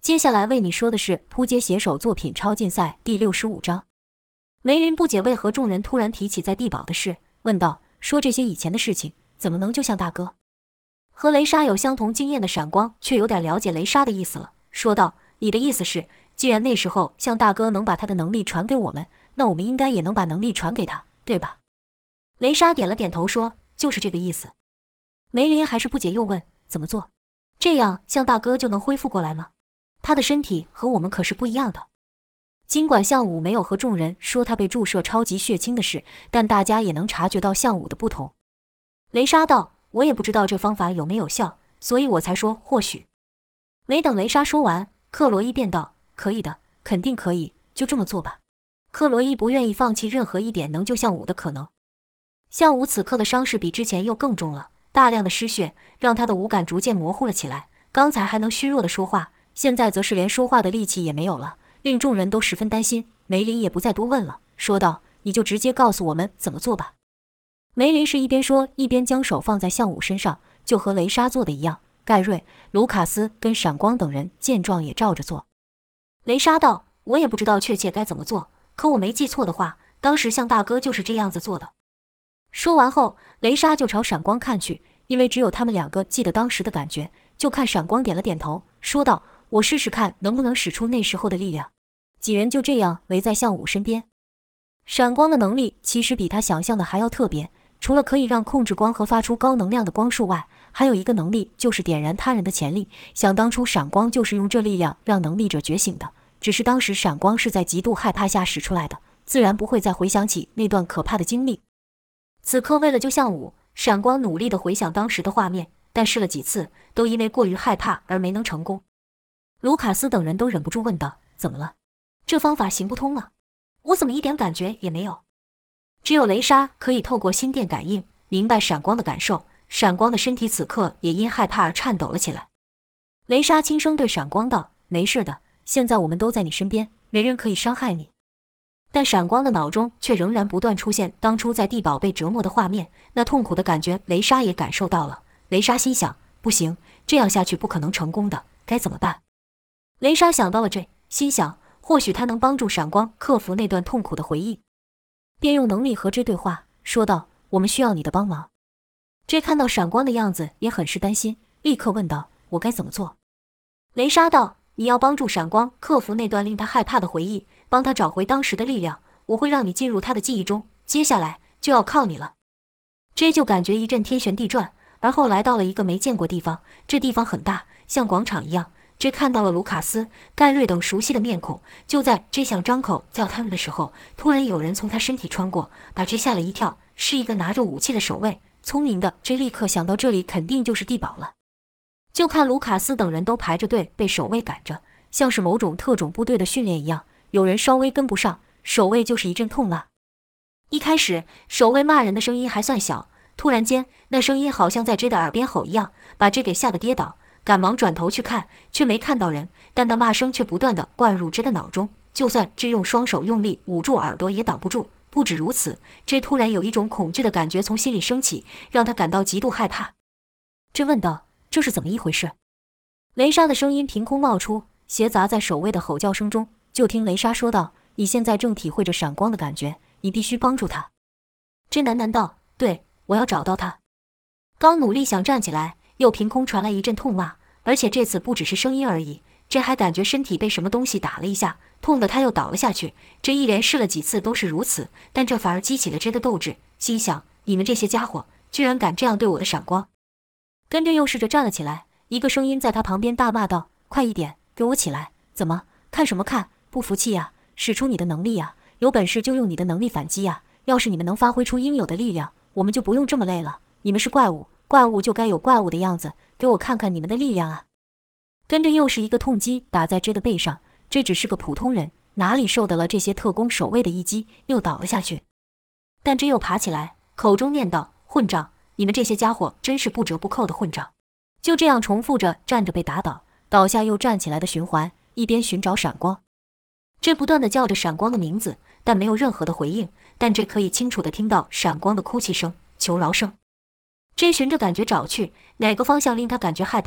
接下来为你说的是扑街写手作品超竞赛第65章。梅林不解为何众人突然提起在地堡的事，问道：说这些以前的事情，怎么能就像大哥？和雷莎有相同经验的闪光却有点了解雷莎的意思了，说道：你的意思是，既然那时候向大哥能把他的能力传给我们，那我们应该也能把能力传给他，对吧？雷莎点了点头说：就是这个意思。梅林还是不解，又问：怎么做？这样向大哥就能恢复过来吗？他的身体和我们可是不一样的。尽管项武没有和众人说他被注射超级血清的事，但大家也能察觉到项武的不同。雷莎道：我也不知道这方法有没有效，所以我才说或许。没等雷莎说完，克罗伊便道：可以的，肯定可以，就这么做吧。克罗伊不愿意放弃任何一点能救项武的可能。项武此刻的伤势比之前又更重了，大量的失血让他的五感逐渐模糊了起来，刚才还能虚弱的说话，现在则是连说话的力气也没有了，令众人都十分担心。梅林也不再多问了，说道：你就直接告诉我们怎么做吧。梅林是一边说一边将手放在项武身上，就和雷莎做的一样。盖瑞、卢卡斯跟闪光等人见状也照着做。雷莎道：我也不知道确切该怎么做，可我没记错的话，当时向大哥就是这样子做的。说完后，雷莎就朝闪光看去，因为只有他们两个记得当时的感觉，就看闪光点了点头，说道：我试试看能不能使出那时候的力量。几人就这样围在项武身边。闪光的能力其实比他想象的还要特别，除了可以让控制光和发出高能量的光束外，还有一个能力就是点燃他人的潜力。想当初闪光就是用这力量让能力者觉醒的，只是当时闪光是在极度害怕下使出来的，自然不会再回想起那段可怕的经历。此刻为了救项武，闪光努力地回想当时的画面，但试了几次都因为过于害怕而没能成功。卢卡斯等人都忍不住问道：怎么了？这方法行不通了？我怎么一点感觉也没有？只有雷莎可以透过心电感应明白闪光的感受，闪光的身体此刻也因害怕而颤抖了起来。雷莎轻声对闪光道：没事的，现在我们都在你身边，没人可以伤害你。但闪光的脑中却仍然不断出现当初在地堡被折磨的画面，那痛苦的感觉雷莎也感受到了。雷莎心想：不行，这样下去不可能成功的，该怎么办？雷莎想到了这，心想或许他能帮助闪光克服那段痛苦的回忆，便用能力和之对话，说道：我们需要你的帮忙。这看到闪光的样子也很是担心，立刻问道：我该怎么做？雷莎道：你要帮助闪光克服那段令他害怕的回忆，帮他找回当时的力量，我会让你进入他的记忆中，接下来就要靠你了。这就感觉一阵天旋地转，而后来到了一个没见过地方，这地方很大，像广场一样。这看到了卢卡斯、盖瑞等熟悉的面孔，就在这想张口叫他们的时候，突然有人从他身体穿过，把这吓了一跳，是一个拿着武器的守卫。聪明的这立刻想到这里肯定就是地堡了，就看卢卡斯等人都排着队被守卫赶着，像是某种特种部队的训练一样，有人稍微跟不上，守卫就是一阵痛骂。一开始守卫骂人的声音还算小，突然间那声音好像在J的耳边吼一样，把J给吓得跌倒，赶忙转头去看，却没看到人，但那骂声却不断地灌入J的脑中，就算J用双手用力捂住耳朵也挡不住。不止如此，J突然有一种恐惧的感觉从心里升起，让他感到极度害怕。J问道：这是怎么一回事？雷莎的声音凭空冒出，斜杂在守卫的吼叫声中，就听雷莎说道：你现在正体会着闪光的感觉，你必须帮助他。J喃喃道：对，我要找到他。刚努力想站起来，又凭空传来一阵痛骂，而且这次不只是声音而已，这还感觉身体被什么东西打了一下，痛得他又倒了下去。这一连试了几次都是如此，但这反而激起了J的斗志，心想：你们这些家伙居然敢这样对我的闪光！跟着又试着站了起来，一个声音在他旁边大骂道：快一点，给我起来！怎么看什么看？不服气呀？使出你的能力呀！有本事就用你的能力反击呀！要是你们能发挥出应有的力量，我们就不用这么累了。你们是怪物，怪物就该有怪物的样子，给我看看你们的力量啊！跟着又是一个痛击打在J的背上，这只是个普通人，哪里受得了这些特工守卫的一击，又倒了下去。但J又爬起来，口中念道：混账！你们这些家伙真是不折不扣的混账！就这样重复着站着被打倒，倒下又站起来的循环，一边寻找闪光。J不断地叫着闪光的名字，但没有任何的回应，但J可以清楚地听到闪光的哭泣声、求饶声。J循着感觉找去，哪个方向令他感觉害怕，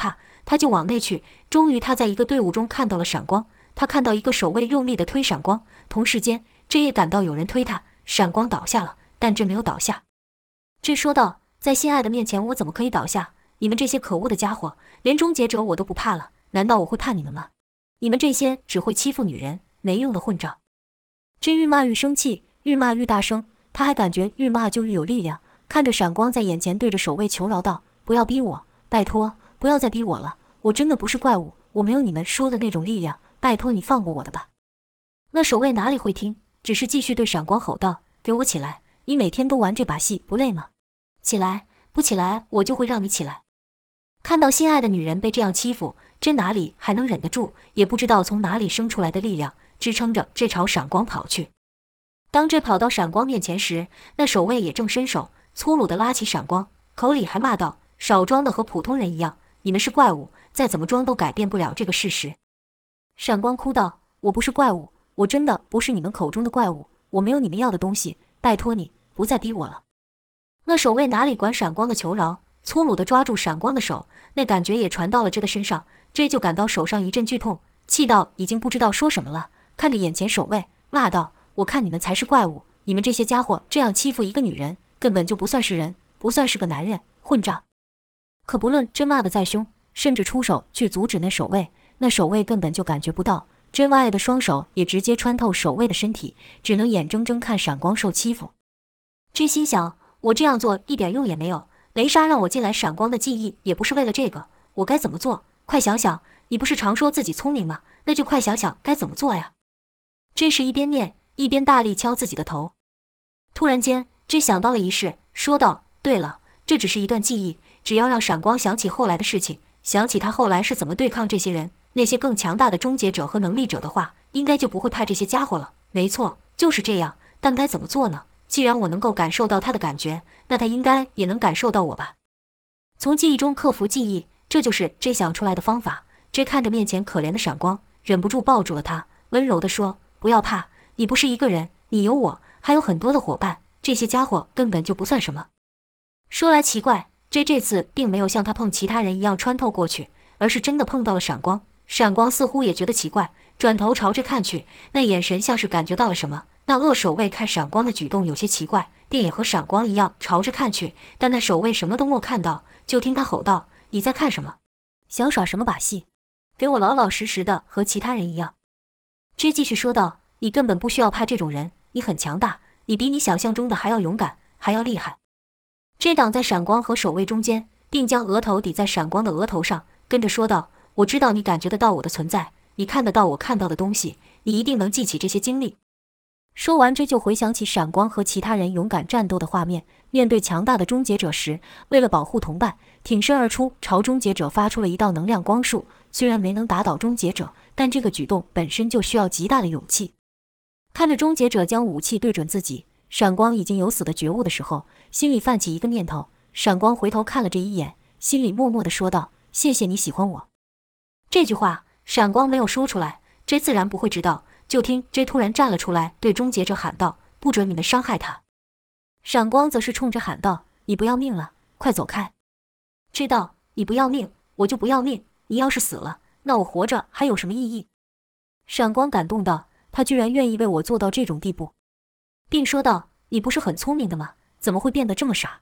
他就往内去。终于他在一个队伍中看到了闪光，他看到一个守卫用力地推闪光，同时间这也感到有人推他，闪光倒下了，但这没有倒下。这说道：在心爱的面前我怎么可以倒下？你们这些可恶的家伙，连终结者我都不怕了，难道我会怕你们吗？你们这些只会欺负女人没用的混账！真愈骂愈生气，愈骂愈大声，他还感觉愈骂就愈有力量，看着闪光在眼前，对着守卫求饶道：不要逼我，拜托，不要再逼我了，我真的不是怪物，我没有你们说的那种力量，拜托你放过我的吧。那守卫哪里会听，只是继续对闪光吼道：给我起来，你每天都玩这把戏不累吗？起来，不起来我就会让你起来。看到心爱的女人被这样欺负，真哪里还能忍得住，也不知道从哪里生出来的力量支撑着这朝闪光跑去。当这跑到闪光面前时，那守卫也正伸手粗鲁地拉起闪光，口里还骂道：少装的和普通人一样，你们是怪物，再怎么装都改变不了这个事实。闪光哭道：我不是怪物，我真的不是你们口中的怪物，我没有你们要的东西，拜托你不再逼我了。那守卫哪里管闪光的求饶，粗鲁地抓住闪光的手，那感觉也传到了这的身上，这就感到手上一阵剧痛，气到已经不知道说什么了，看着眼前守卫骂道：我看你们才是怪物，你们这些家伙这样欺负一个女人，根本就不算是人，不算是个男人，混账！可不论真骂得再凶，甚至出手去阻止那守卫，那守卫根本就感觉不到，真爱的双手也直接穿透守卫的身体，只能眼睁睁看闪光受欺负。真心想，我这样做一点用也没有，雷莎让我进来闪光的记忆也不是为了这个，我该怎么做？快想想，你不是常说自己聪明吗？那就快想想该怎么做呀！真是一边念一边大力敲自己的头。突然间，真想到了一事，说道：对了，这只是一段记忆，只要让闪光想起后来的事情，想起他后来是怎么对抗这些人，那些更强大的终结者和能力者的话，应该就不会怕这些家伙了。没错，就是这样，但该怎么做呢？既然我能够感受到他的感觉，那他应该也能感受到我吧。从记忆中克服记忆，这就是 J 想出来的方法。J 看着面前可怜的闪光，忍不住抱住了他，温柔地说：不要怕，你不是一个人，你有我，还有很多的伙伴，这些家伙根本就不算什么。说来奇怪， J 这次并没有像他碰其他人一样穿透过去，而是真的碰到了闪光。闪光似乎也觉得奇怪，转头朝着看去，那眼神像是感觉到了什么。那恶守卫看闪光的举动有些奇怪，便也和闪光一样朝着看去，但那守卫什么都没看到，就听他吼道：你在看什么？想耍什么把戏？给我老老实实的和其他人一样。J 继续说道：你根本不需要怕这种人，你很强大，你比你想象中的还要勇敢，还要厉害。J 挡在闪光和守卫中间，并将额头抵在闪光的额头上，跟着说道：我知道你感觉得到我的存在，你看得到我看到的东西，你一定能记起这些经历。说完，这就回想起闪光和其他人勇敢战斗的画面。面对强大的终结者时，为了保护同伴，挺身而出，朝终结者发出了一道能量光束。虽然没能打倒终结者，但这个举动本身就需要极大的勇气。看着终结者将武器对准自己，闪光已经有死的觉悟的时候，心里泛起一个念头。闪光回头看了这一眼，心里默默地说道：谢谢你喜欢我。这句话闪光没有说出来，这自然不会知道。就听 J 突然站了出来，对终结者喊道：不准你们伤害他。闪光则是冲着喊道：你不要命了，快走开。J 道：你不要命，我就不要命，你要是死了，那我活着还有什么意义？闪光感动道：他居然愿意为我做到这种地步，并说道：你不是很聪明的吗？怎么会变得这么傻？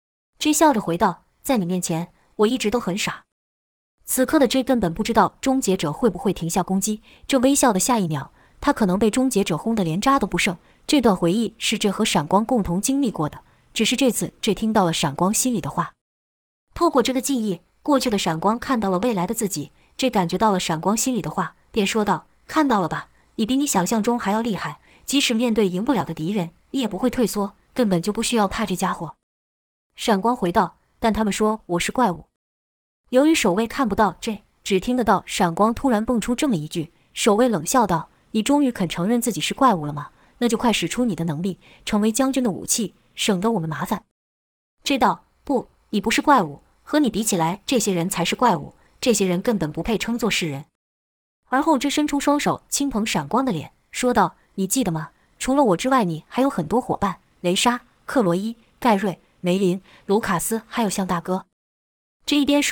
J 笑着回道：在你面前，我一直都很傻。此刻的 J 根本不知道终结者会不会停下攻击，这微笑的下一秒，他可能被终结者轰得连渣都不剩。这段回忆是这和闪光共同经历过的，只是这次这听到了闪光心里的话。透过这个记忆，过去的闪光看到了未来的自己，这感觉到了闪光心里的话，便说道：看到了吧，你比你想象中还要厉害，即使面对赢不了的敌人，你也不会退缩，根本就不需要怕这家伙。闪光回道：但他们说我是怪物。由于守卫看不到这，只听得到闪光突然蹦出这么一句。守卫冷笑道：你终于肯承认自己是怪物了吗？那就快使出你的能力，成为将军的武器，省得我们麻烦。这道：不，你不是怪物，和你比起来，这些人才是怪物，这些人根本不配称作是人。而后之伸出双手轻捧闪光的脸，说道：你记得吗？除了我之外，你还有很多伙伴，雷莎、克罗伊、盖瑞、梅林、卢卡斯，还有向大哥。这一边说，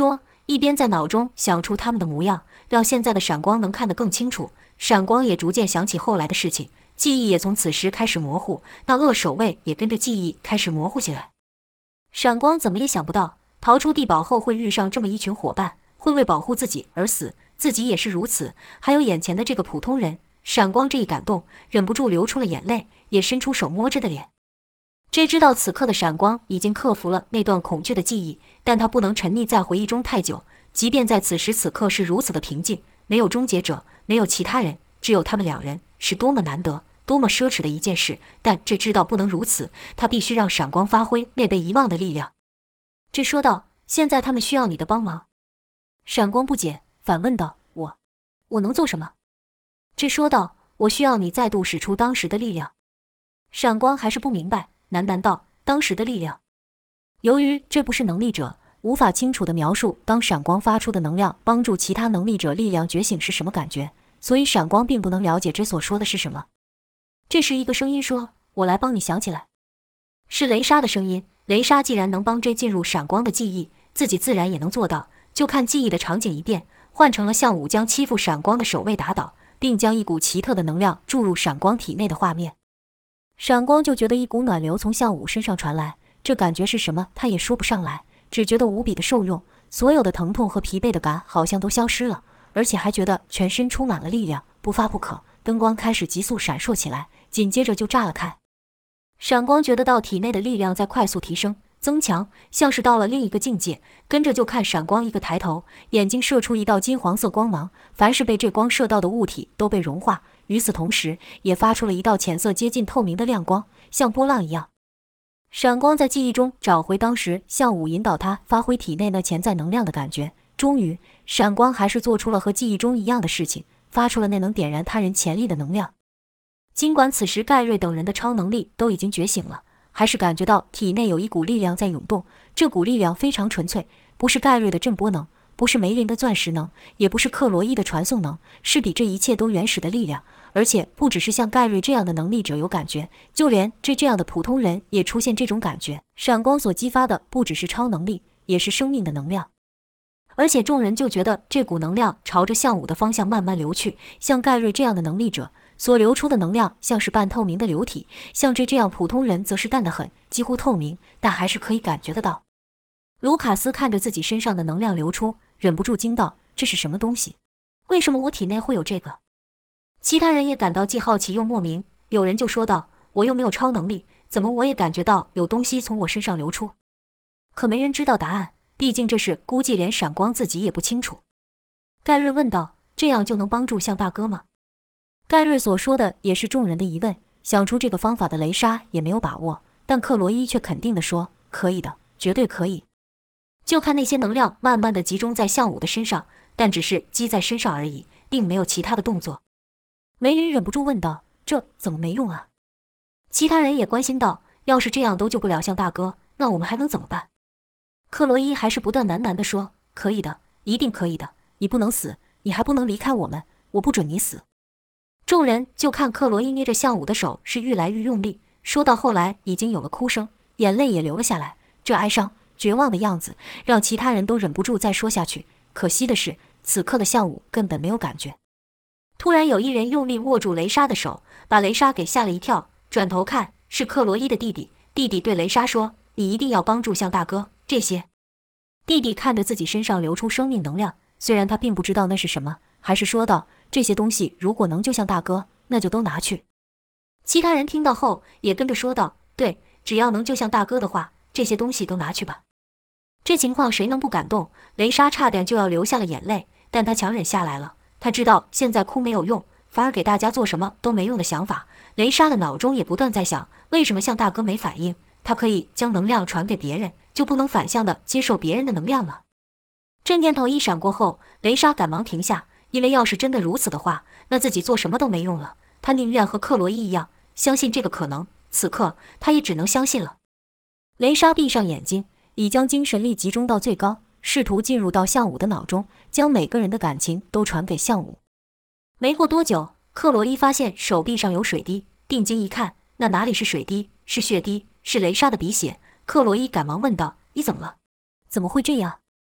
一边在脑中想出他们的模样，让现在的闪光能看得更清楚。闪光也逐渐想起后来的事情，记忆也从此时开始模糊，那恶守卫也跟着记忆开始模糊起来。闪光怎么也想不到，逃出地堡后会遇上这么一群伙伴，会为保护自己而死，自己也是如此。还有眼前的这个普通人，闪光这一感动，忍不住流出了眼泪，也伸出手摸着的脸。这知道此刻的闪光已经克服了那段恐惧的记忆，但他不能沉溺在回忆中太久，即便在此时此刻是如此的平静，没有终结者，没有其他人，只有他们两人，是多么难得多么奢侈的一件事，但这知道不能如此，他必须让闪光发挥那被遗忘的力量。这说道：“现在他们需要你的帮忙。”闪光不解，反问道：“我能做什么？”这说道：“我需要你再度使出当时的力量。”闪光还是不明白，喃喃道：“当时的力量。”由于这不是能力者，无法清楚地描述当闪光发出的能量帮助其他能力者力量觉醒是什么感觉，所以闪光并不能了解这所说的是什么。这时一个声音说：“我来帮你想起来。”是雷莎的声音。雷莎既然能帮这进入闪光的记忆，自己自然也能做到。就看记忆的场景一变，换成了向武将欺负闪光的守卫打倒，并将一股奇特的能量注入闪光体内的画面。闪光就觉得一股暖流从向武身上传来，这感觉是什么他也说不上来，只觉得无比的受用，所有的疼痛和疲惫的感好像都消失了，而且还觉得全身充满了力量，不发不可。灯光开始急速闪烁起来，紧接着就炸了开。闪光觉得到体内的力量在快速提升增强，像是到了另一个境界。跟着就看闪光一个抬头，眼睛射出一道金黄色光芒，凡是被这光射到的物体都被融化，与此同时也发出了一道浅色接近透明的亮光，像波浪一样。闪光在记忆中找回当时向武引导他发挥体内那潜在能量的感觉，终于闪光还是做出了和记忆中一样的事情，发出了那能点燃他人潜力的能量。尽管此时盖瑞等人的超能力都已经觉醒了，还是感觉到体内有一股力量在涌动，这股力量非常纯粹，不是盖瑞的震波能，不是梅林的钻石能，也不是克罗伊的传送能，是比这一切都原始的力量。而且不只是像盖瑞这样的能力者有感觉，就连这样的普通人也出现这种感觉。闪光所激发的不只是超能力，也是生命的能量。而且众人就觉得这股能量朝着向武的方向慢慢流去，像盖瑞这样的能力者所流出的能量像是半透明的流体，像这样普通人则是淡得很，几乎透明，但还是可以感觉得到。卢卡斯看着自己身上的能量流出，忍不住惊道：“这是什么东西？为什么我体内会有这个？”其他人也感到既好奇又莫名，有人就说道：“我又没有超能力，怎么我也感觉到有东西从我身上流出？”可没人知道答案，毕竟这事估计连闪光自己也不清楚。盖瑞问道：“这样就能帮助向大哥吗？”盖瑞所说的也是众人的疑问，想出这个方法的雷莎也没有把握，但克罗伊却肯定地说：“可以的，绝对可以。”就看那些能量慢慢地集中在向武的身上，但只是积在身上而已，并没有其他的动作。梅林忍不住问道：“这怎么没用啊？”其他人也关心道：“要是这样都救不了向大哥，那我们还能怎么办？”克罗伊还是不断喃喃地说：“可以的，一定可以的，你不能死，你还不能离开我们，我不准你死。”众人就看克罗伊捏着向武的手是愈来愈用力，说到后来已经有了哭声，眼泪也流了下来，这哀伤绝望的样子让其他人都忍不住再说下去。可惜的是，此刻的向武根本没有感觉。突然有一人用力握住雷莎的手，把雷莎给吓了一跳，转头看是克罗伊的弟弟。弟弟对雷莎说：“你一定要帮助向大哥。”这些弟弟看着自己身上流出生命能量，虽然他并不知道那是什么，还是说道：“这些东西如果能救向大哥，那就都拿去。”其他人听到后也跟着说道：“对，只要能救向大哥的话，这些东西都拿去吧。”这情况谁能不感动？雷莎差点就要流下了眼泪，但她强忍下来了。她知道现在哭没有用，反而给大家做什么都没用的想法。雷莎的脑中也不断在想，为什么向大哥没反应？他可以将能量传给别人，就不能反向的接受别人的能量吗？这念头一闪过后，雷莎赶忙停下，因为要是真的如此的话，那自己做什么都没用了。他宁愿和克罗伊一样，相信这个可能。此刻他也只能相信了。雷莎闭上眼睛，已将精神力集中到最高，试图进入到向武的脑中，将每个人的感情都传给向武。没过多久，克罗伊发现手臂上有水滴，定睛一看，那哪里是水滴，是血滴，是雷莎的鼻血。克罗伊赶忙问道：“你怎么了？怎么会这样？”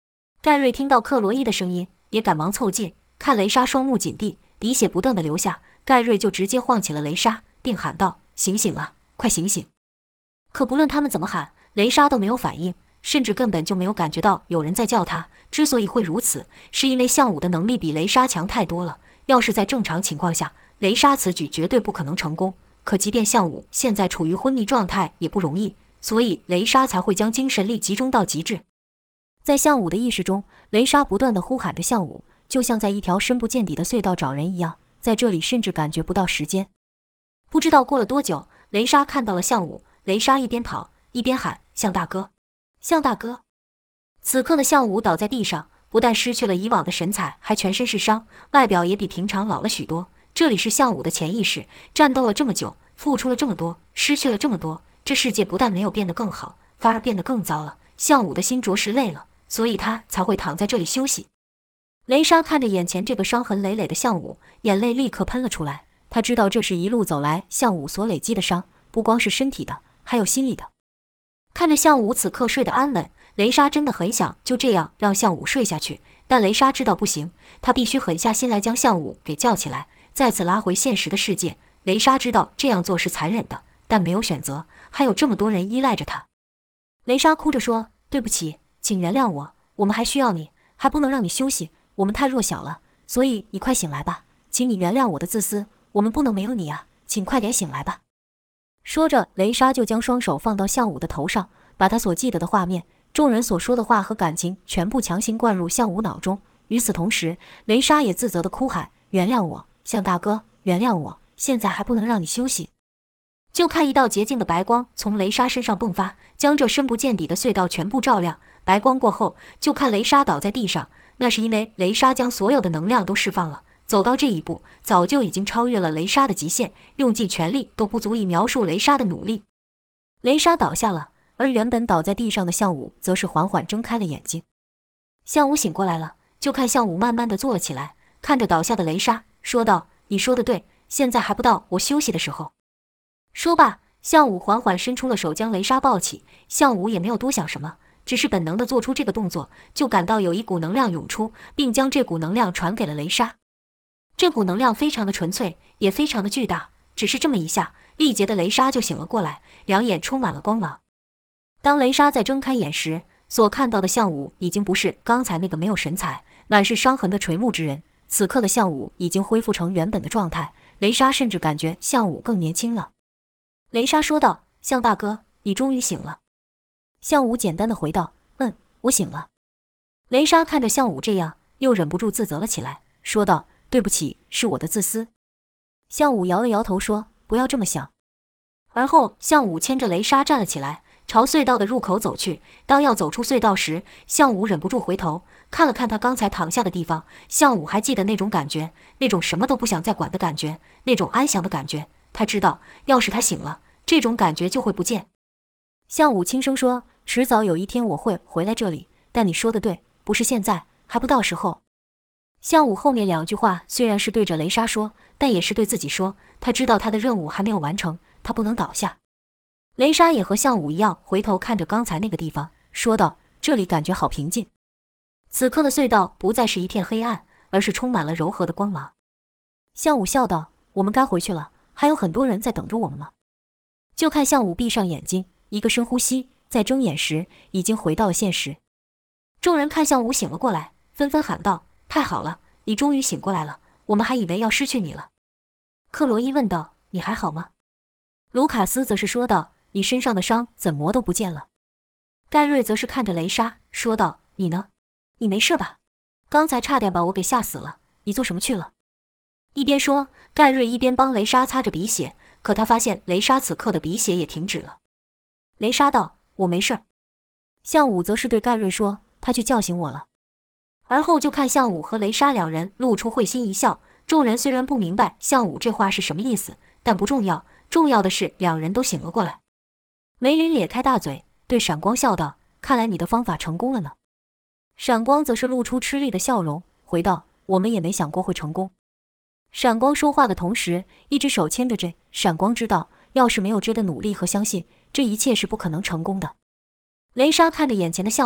盖瑞听到克罗伊的声音，也赶忙凑近，看雷莎双目紧闭，鼻血不断的流下，盖瑞就直接晃起了雷莎，并喊道：“醒醒啊，快醒醒！”可不论他们怎么喊，雷莎都没有反应，甚至根本就没有感觉到有人在叫她。之所以会如此，是因为项武的能力比雷莎强太多了。要是在正常情况下，雷莎此举绝对不可能成功。可即便项武现在处于昏迷状态也不容易，所以雷莎才会将精神力集中到极致。在项武的意识中，雷莎不断地呼喊着项武，就像在一条深不见底的隧道找人一样，在这里甚至感觉不到时间。不知道过了多久，雷莎看到了项武，雷莎一边跑一边喊：“项大哥，项大哥！”此刻的项武倒在地上，不但失去了以往的神采，还全身是伤，外表也比平常老了许多。这里是项武的潜意识，战斗了这么久，付出了这么多，失去了这么多，这世界不但没有变得更好，反而变得更糟了。项武的心着实累了，所以他才会躺在这里休息。雷莎看着眼前这个伤痕累累的项武，眼泪立刻喷了出来。他知道这是一路走来项武所累积的伤，不光是身体的，还有心理的。看着项武此刻睡得安稳，雷莎真的很想就这样让项武睡下去，但雷莎知道不行，她必须狠下心来将项武给叫起来，再次拉回现实的世界。雷莎知道这样做是残忍的，但没有选择，还有这么多人依赖着她。雷莎哭着说：“对不起，请原谅我，我们还需要你，还不能让你休息，我们太弱小了，所以你快醒来吧，请你原谅我的自私，我们不能没有你啊，请快点醒来吧。”说着，雷莎就将双手放到项武的头上，把他所记得的画面、众人所说的话和感情全部强行灌入项武脑中。与此同时，雷莎也自责地哭喊：“原谅我，项大哥，原谅我，现在还不能让你休息。”就看一道洁净的白光从雷莎身上迸发，将这深不见底的隧道全部照亮。白光过后，就看雷莎倒在地上，那是因为雷莎将所有的能量都释放了。走到这一步，早就已经超越了雷莎的极限，用尽全力都不足以描述雷莎的努力。雷莎倒下了，而原本倒在地上的项武则是缓缓睁开了眼睛。项武醒过来了，就看项武慢慢地坐了起来，看着倒下的雷莎，说道：“你说的对，现在还不到我休息的时候。”说罢，项武缓缓伸出了手将雷莎抱起。项武也没有多想什么，只是本能地做出这个动作，就感到有一股能量涌出，并将这股能量传给了雷莎。这股能量非常的纯粹，也非常的巨大，只是这么一下，力竭的雷莎就醒了过来，两眼充满了光芒。当雷莎在睁开眼时，所看到的项武已经不是刚才那个没有神采、满是伤痕的垂暮之人，此刻的项武已经恢复成原本的状态。雷莎甚至感觉项武更年轻了。雷莎说道：“项大哥，你终于醒了。”项武简单的回道：“我醒了。”雷莎看着项武这样，又忍不住自责了起来，说道：“对不起，是我的自私。”项武摇了摇头说：“不要这么想。”而后，项武牵着雷莎站了起来，朝隧道的入口走去。当要走出隧道时，项武忍不住回头看了看他刚才躺下的地方。项武还记得那种感觉，那种什么都不想再管的感觉，那种安详的感觉。他知道，要是他醒了，这种感觉就会不见。项武轻声说：“迟早有一天我会回来这里，但你说的对，不是现在，还不到时候。”项武后面两句话虽然是对着雷莎说，但也是对自己说。他知道他的任务还没有完成，他不能倒下。雷莎也和项武一样，回头看着刚才那个地方，说道：“这里感觉好平静。”此刻的隧道不再是一片黑暗，而是充满了柔和的光芒。项武笑道：“我们该回去了，还有很多人在等着我们吗？”就看项武闭上眼睛，一个深呼吸，在睁眼时已经回到了现实。众人看项武醒了过来，纷纷喊道：“太好了，你终于醒过来了，我们还以为要失去你了。”克罗伊问道：“你还好吗？”卢卡斯则是说道：“你身上的伤怎么都不见了。”盖瑞则是看着雷莎说道：“你呢？你没事吧？刚才差点把我给吓死了，你做什么去了？”一边说，盖瑞一边帮雷莎擦着鼻血，可他发现雷莎此刻的鼻血也停止了。雷莎道：“我没事。”项武则是对盖瑞说：“他去叫醒我了。”而后就看项武和雷莎两人露出会心一笑。众人虽然不明白项武这话是什么意思，但不重要，重要的是两人都醒了过来。梅林咧开大嘴，对闪光笑道：“看来你的方法成功了呢。”闪光则是露出吃力的笑容，回道：“我们也没想过会成功。”闪光说话的同时，一只手牵着 J。闪光知道，要是没有 J 的努力和相信，这一切是不可能成功的。雷莎看着眼前的项武，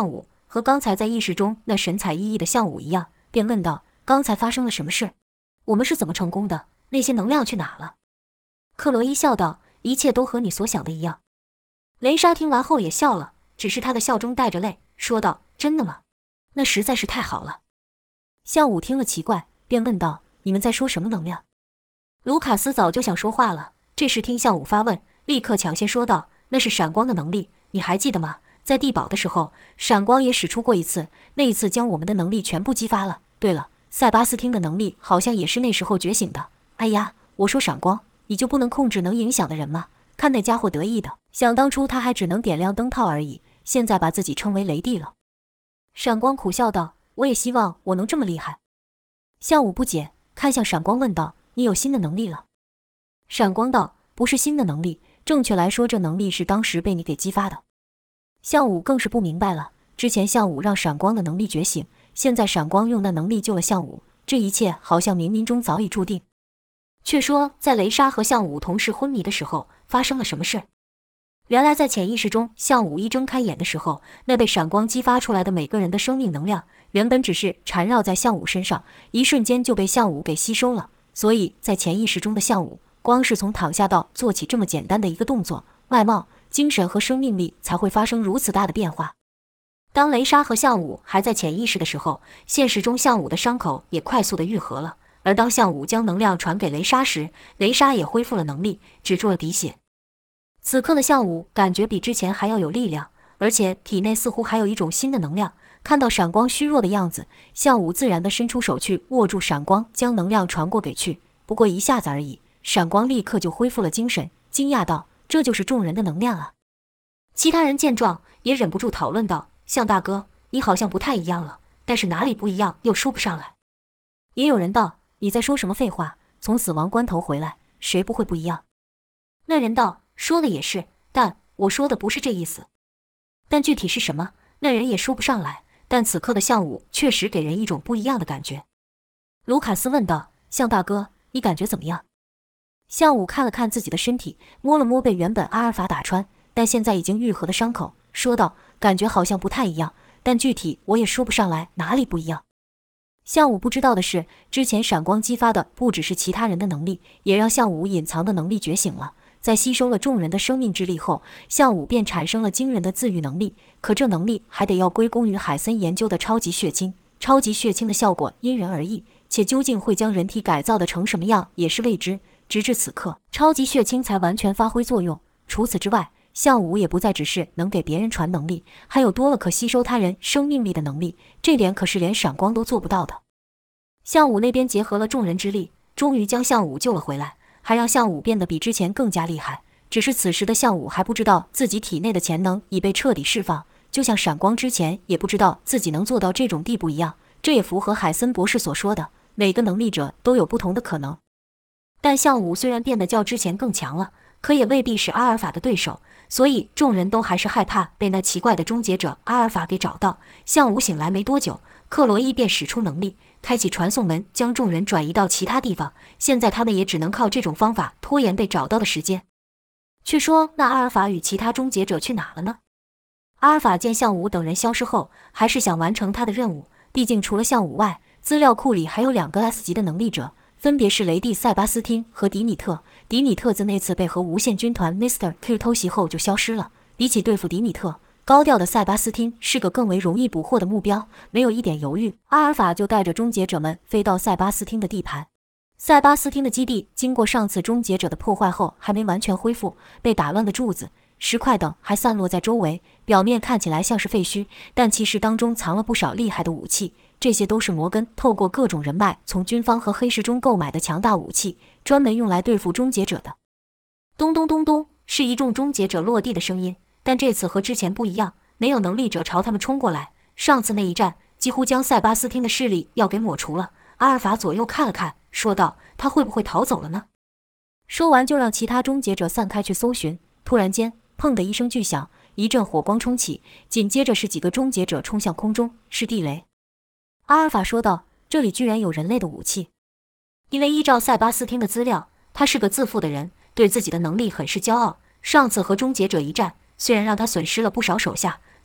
和刚才在意识中那神采奕奕的项武一样，便问道：“刚才发生了什么事？我们是怎么成功的？那些能量去哪了？”克洛伊笑道：“一切都和你所想的一样。”雷莎听完后也笑了，只是她的笑中带着泪，说道：“真的吗？那实在是太好了。”项武听了奇怪，便问道：“你们在说什么能量？”卢卡斯早就想说话了，这时听项武发问，立刻抢先说道：“那是闪光的能力，你还记得吗？在地堡的时候，闪光也使出过一次，那一次将我们的能力全部激发了。对了，塞巴斯汀的能力好像也是那时候觉醒的。哎呀，我说闪光，你就不能控制能影响的人吗？看那家伙得意的，想当初他还只能点亮灯泡而已，现在把自己称为雷帝了。”闪光苦笑道：“我也希望我能这么厉害。”项武不解，看向闪光问道：“你有新的能力了？”闪光道：“不是新的能力，正确来说，这能力是当时被你给激发的。”项武更是不明白了，之前项武让闪光的能力觉醒，现在闪光用那能力救了项武，这一切好像冥冥中早已注定。却说在雷莎和项武同时昏迷的时候，发生了什么事？原来在潜意识中，项武一睁开眼的时候，那被闪光激发出来的每个人的生命能量，原本只是缠绕在项武身上，一瞬间就被项武给吸收了。所以在潜意识中的项武，光是从躺下到做起这么简单的一个动作，外貌、精神和生命力才会发生如此大的变化。当雷莎和项武还在潜意识的时候，现实中项武的伤口也快速的愈合了。而当项武将能量传给雷莎时，雷莎也恢复了能力，止住了滴血。此刻的项武感觉比之前还要有力量，而且体内似乎还有一种新的能量。看到闪光虚弱的样子，项武自然地伸出手去握住闪光，将能量传过给去。不过一下子而已，闪光立刻就恢复了精神，惊讶道：“这就是众人的能量啊！”其他人见状也忍不住讨论道：“项大哥，你好像不太一样了，但是哪里不一样又说不上来。”也有人道：“你在说什么废话？从死亡关头回来，谁不会不一样？”那人道：“说的也是，但我说的不是这意思。但具体是什么，那人也说不上来。但此刻的项武确实给人一种不一样的感觉。”卢卡斯问道：“项大哥，你感觉怎么样？”项武看了看自己的身体，摸了摸被原本阿尔法打穿但现在已经愈合的伤口，说道：“感觉好像不太一样，但具体我也说不上来哪里不一样。”项武不知道的是，之前闪光激发的不只是其他人的能力，也让项武隐藏的能力觉醒了。在吸收了众人的生命之力后，项武便产生了惊人的自愈能力。可这能力还得要归功于海森研究的超级血清。超级血清的效果因人而异，且究竟会将人体改造的成什么样也是未知。直至此刻，超级血清才完全发挥作用。除此之外，项武也不再只是能给别人传能力，还有多了可吸收他人生命力的能力，这点可是连闪光都做不到的。项武那边结合了众人之力，终于将项武救了回来，还让项武变得比之前更加厉害。只是此时的项武还不知道自己体内的潜能已被彻底释放，就像闪光之前也不知道自己能做到这种地步一样。这也符合海森博士所说的，每个能力者都有不同的可能。但项武虽然变得较之前更强了，可也未必是阿尔法的对手，所以众人都还是害怕被那奇怪的终结者阿尔法给找到。项武醒来没多久，克罗伊便使出能力，开启传送门，将众人转移到其他地方。现在他们也只能靠这种方法拖延被找到的时间。却说那阿尔法与其他终结者去哪了呢？阿尔法见项武等人消失后，还是想完成他的任务，毕竟除了项武外，资料库里还有2个 S 级的能力者，分别是雷帝塞巴斯汀和迪米特。迪米特自那次被和无限军团 Mr. Q 偷袭后就消失了。比起对付迪米特，高调的塞巴斯汀是个更为容易捕获的目标。没有一点犹豫，阿尔法就带着终结者们飞到塞巴斯汀的地盘。塞巴斯汀的基地经过上次终结者的破坏后还没完全恢复，被打乱的柱子、石块等还散落在周围，表面看起来像是废墟，但其实当中藏了不少厉害的武器。这些都是摩根透过各种人脉从军方和黑市中购买的强大武器，专门用来对付终结者的。咚咚咚咚，是一众终结者落地的声音，但这次和之前不一样，没有能力者朝他们冲过来。上次那一战几乎将塞巴斯汀的势力要给抹除了。阿尔法左右看了看，说道：“他会不会逃走了呢？”说完就让其他终结者散开去搜寻。突然间，砰的一声巨响，一阵火光冲起，紧接着是几个终结者冲向空中，是地雷。阿尔法说道：“这里居然有人类的武器。”因为依照塞巴斯汀的资料，他是个自负的人，对自己的能力很是骄傲。上次和终结者一战，虽然让他损失了不少手下，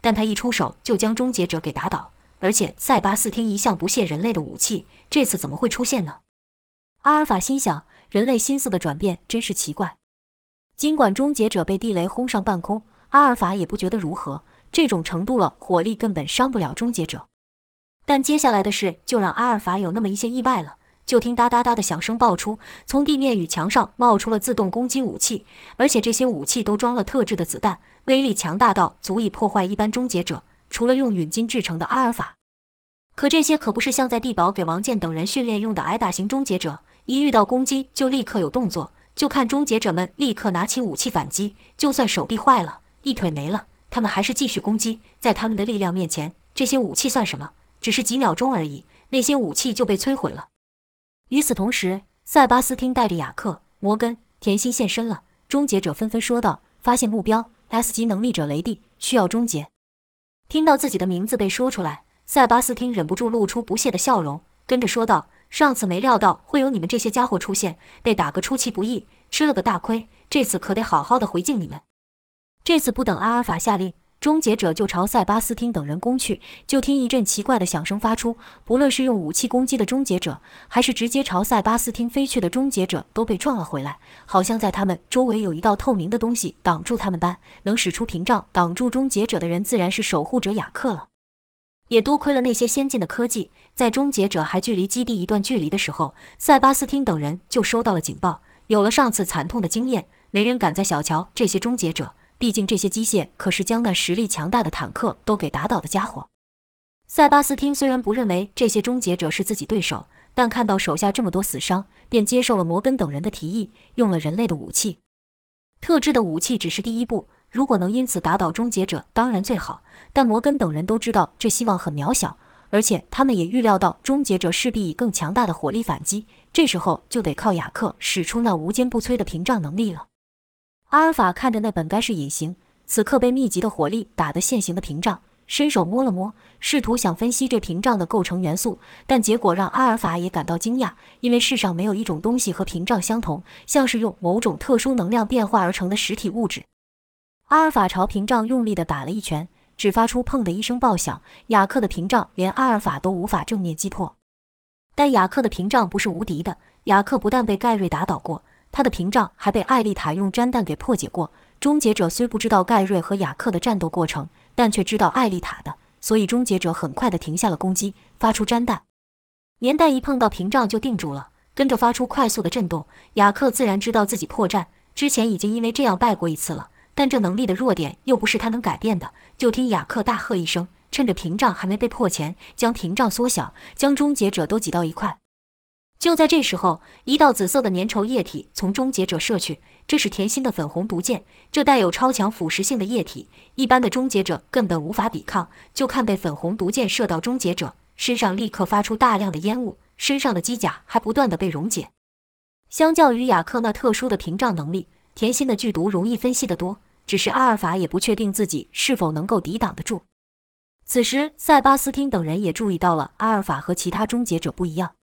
但他一出手就将终结者给打倒。而且塞巴斯汀一向不屑人类的武器，这次怎么会出现呢？阿尔法心想，人类心思的转变真是奇怪。尽管终结者被地雷轰上半空，阿尔法也不觉得如何，这种程度了，火力根本伤不了终结者。但接下来的事就让阿尔法有那么一些意外了。就听哒哒哒的响声爆出，从地面与墙上冒出了自动攻击武器，而且这些武器都装了特制的子弹，威力强大到足以破坏一般终结者，除了用陨金制成的阿尔法。可这些可不是像在地堡给王健等人训练用的挨打型终结者，一遇到攻击就立刻有动作，就看终结者们立刻拿起武器反击，就算手臂坏了，一腿没了，他们还是继续攻击。在他们的力量面前，这些武器算什么？只是几秒钟而已，那些武器就被摧毁了。与此同时，塞巴斯汀带着雅克、摩根、甜心现身了。终结者纷纷说道：“发现目标 ，S 级能力者雷帝需要终结。”听到自己的名字被说出来，塞巴斯汀忍不住露出不屑的笑容，跟着说道：“上次没料到会有你们这些家伙出现，被打个出其不意，吃了个大亏，这次可得好好的回敬你们。”这次不等阿尔法下令，终结者就朝塞巴斯汀等人攻去，就听一阵奇怪的响声发出，不论是用武器攻击的终结者，还是直接朝塞巴斯汀飞去的终结者，都被撞了回来，好像在他们周围有一道透明的东西挡住他们般。能使出屏障挡住终结者的人，自然是守护者雅克了。也多亏了那些先进的科技，在终结者还距离基地一段距离的时候，塞巴斯汀等人就收到了警报。有了上次惨痛的经验，没人敢再小瞧这些终结者。毕竟这些机械可是将那实力强大的坦克都给打倒的家伙。塞巴斯汀虽然不认为这些终结者是自己对手，但看到手下这么多死伤，便接受了摩根等人的提议，用了人类的武器。特制的武器只是第一步，如果能因此打倒终结者，当然最好。但摩根等人都知道这希望很渺小，而且他们也预料到终结者势必以更强大的火力反击，这时候就得靠雅克使出那无坚不摧的屏障能力了。阿尔法看着那本该是隐形，此刻被密集的火力打得现形的屏障，伸手摸了摸，试图想分析这屏障的构成元素，但结果让阿尔法也感到惊讶，因为世上没有一种东西和屏障相同，像是用某种特殊能量变化而成的实体物质。阿尔法朝屏障用力地打了一拳，只发出砰的一声爆响，雅克的屏障连阿尔法都无法正面击破。但雅克的屏障不是无敌的，雅克不但被盖瑞打倒过，他的屏障还被艾丽塔用粘弹给破解过。终结者虽不知道盖瑞和雅克的战斗过程，但却知道艾丽塔的，所以终结者很快地停下了攻击，发出粘弹。粘弹一碰到屏障就定住了，跟着发出快速的震动。雅克自然知道自己破绽，之前已经因为这样败过一次了，但这能力的弱点又不是他能改变的。就听雅克大喝一声，趁着屏障还没被破前，将屏障缩小，将终结者都挤到一块。就在这时候，一道紫色的粘稠液体从终结者射去，这是甜心的粉红毒箭，这带有超强腐蚀性的液体，一般的终结者根本无法抵抗。就看被粉红毒箭射到终结者身上，立刻发出大量的烟雾，身上的机甲还不断的被溶解。相较于雅克那特殊的屏障能力，甜心的剧毒容易分析得多，只是阿尔法也不确定自己是否能够抵挡得住。此时塞巴斯汀等人也注意到了阿尔法和其他终结者不一样。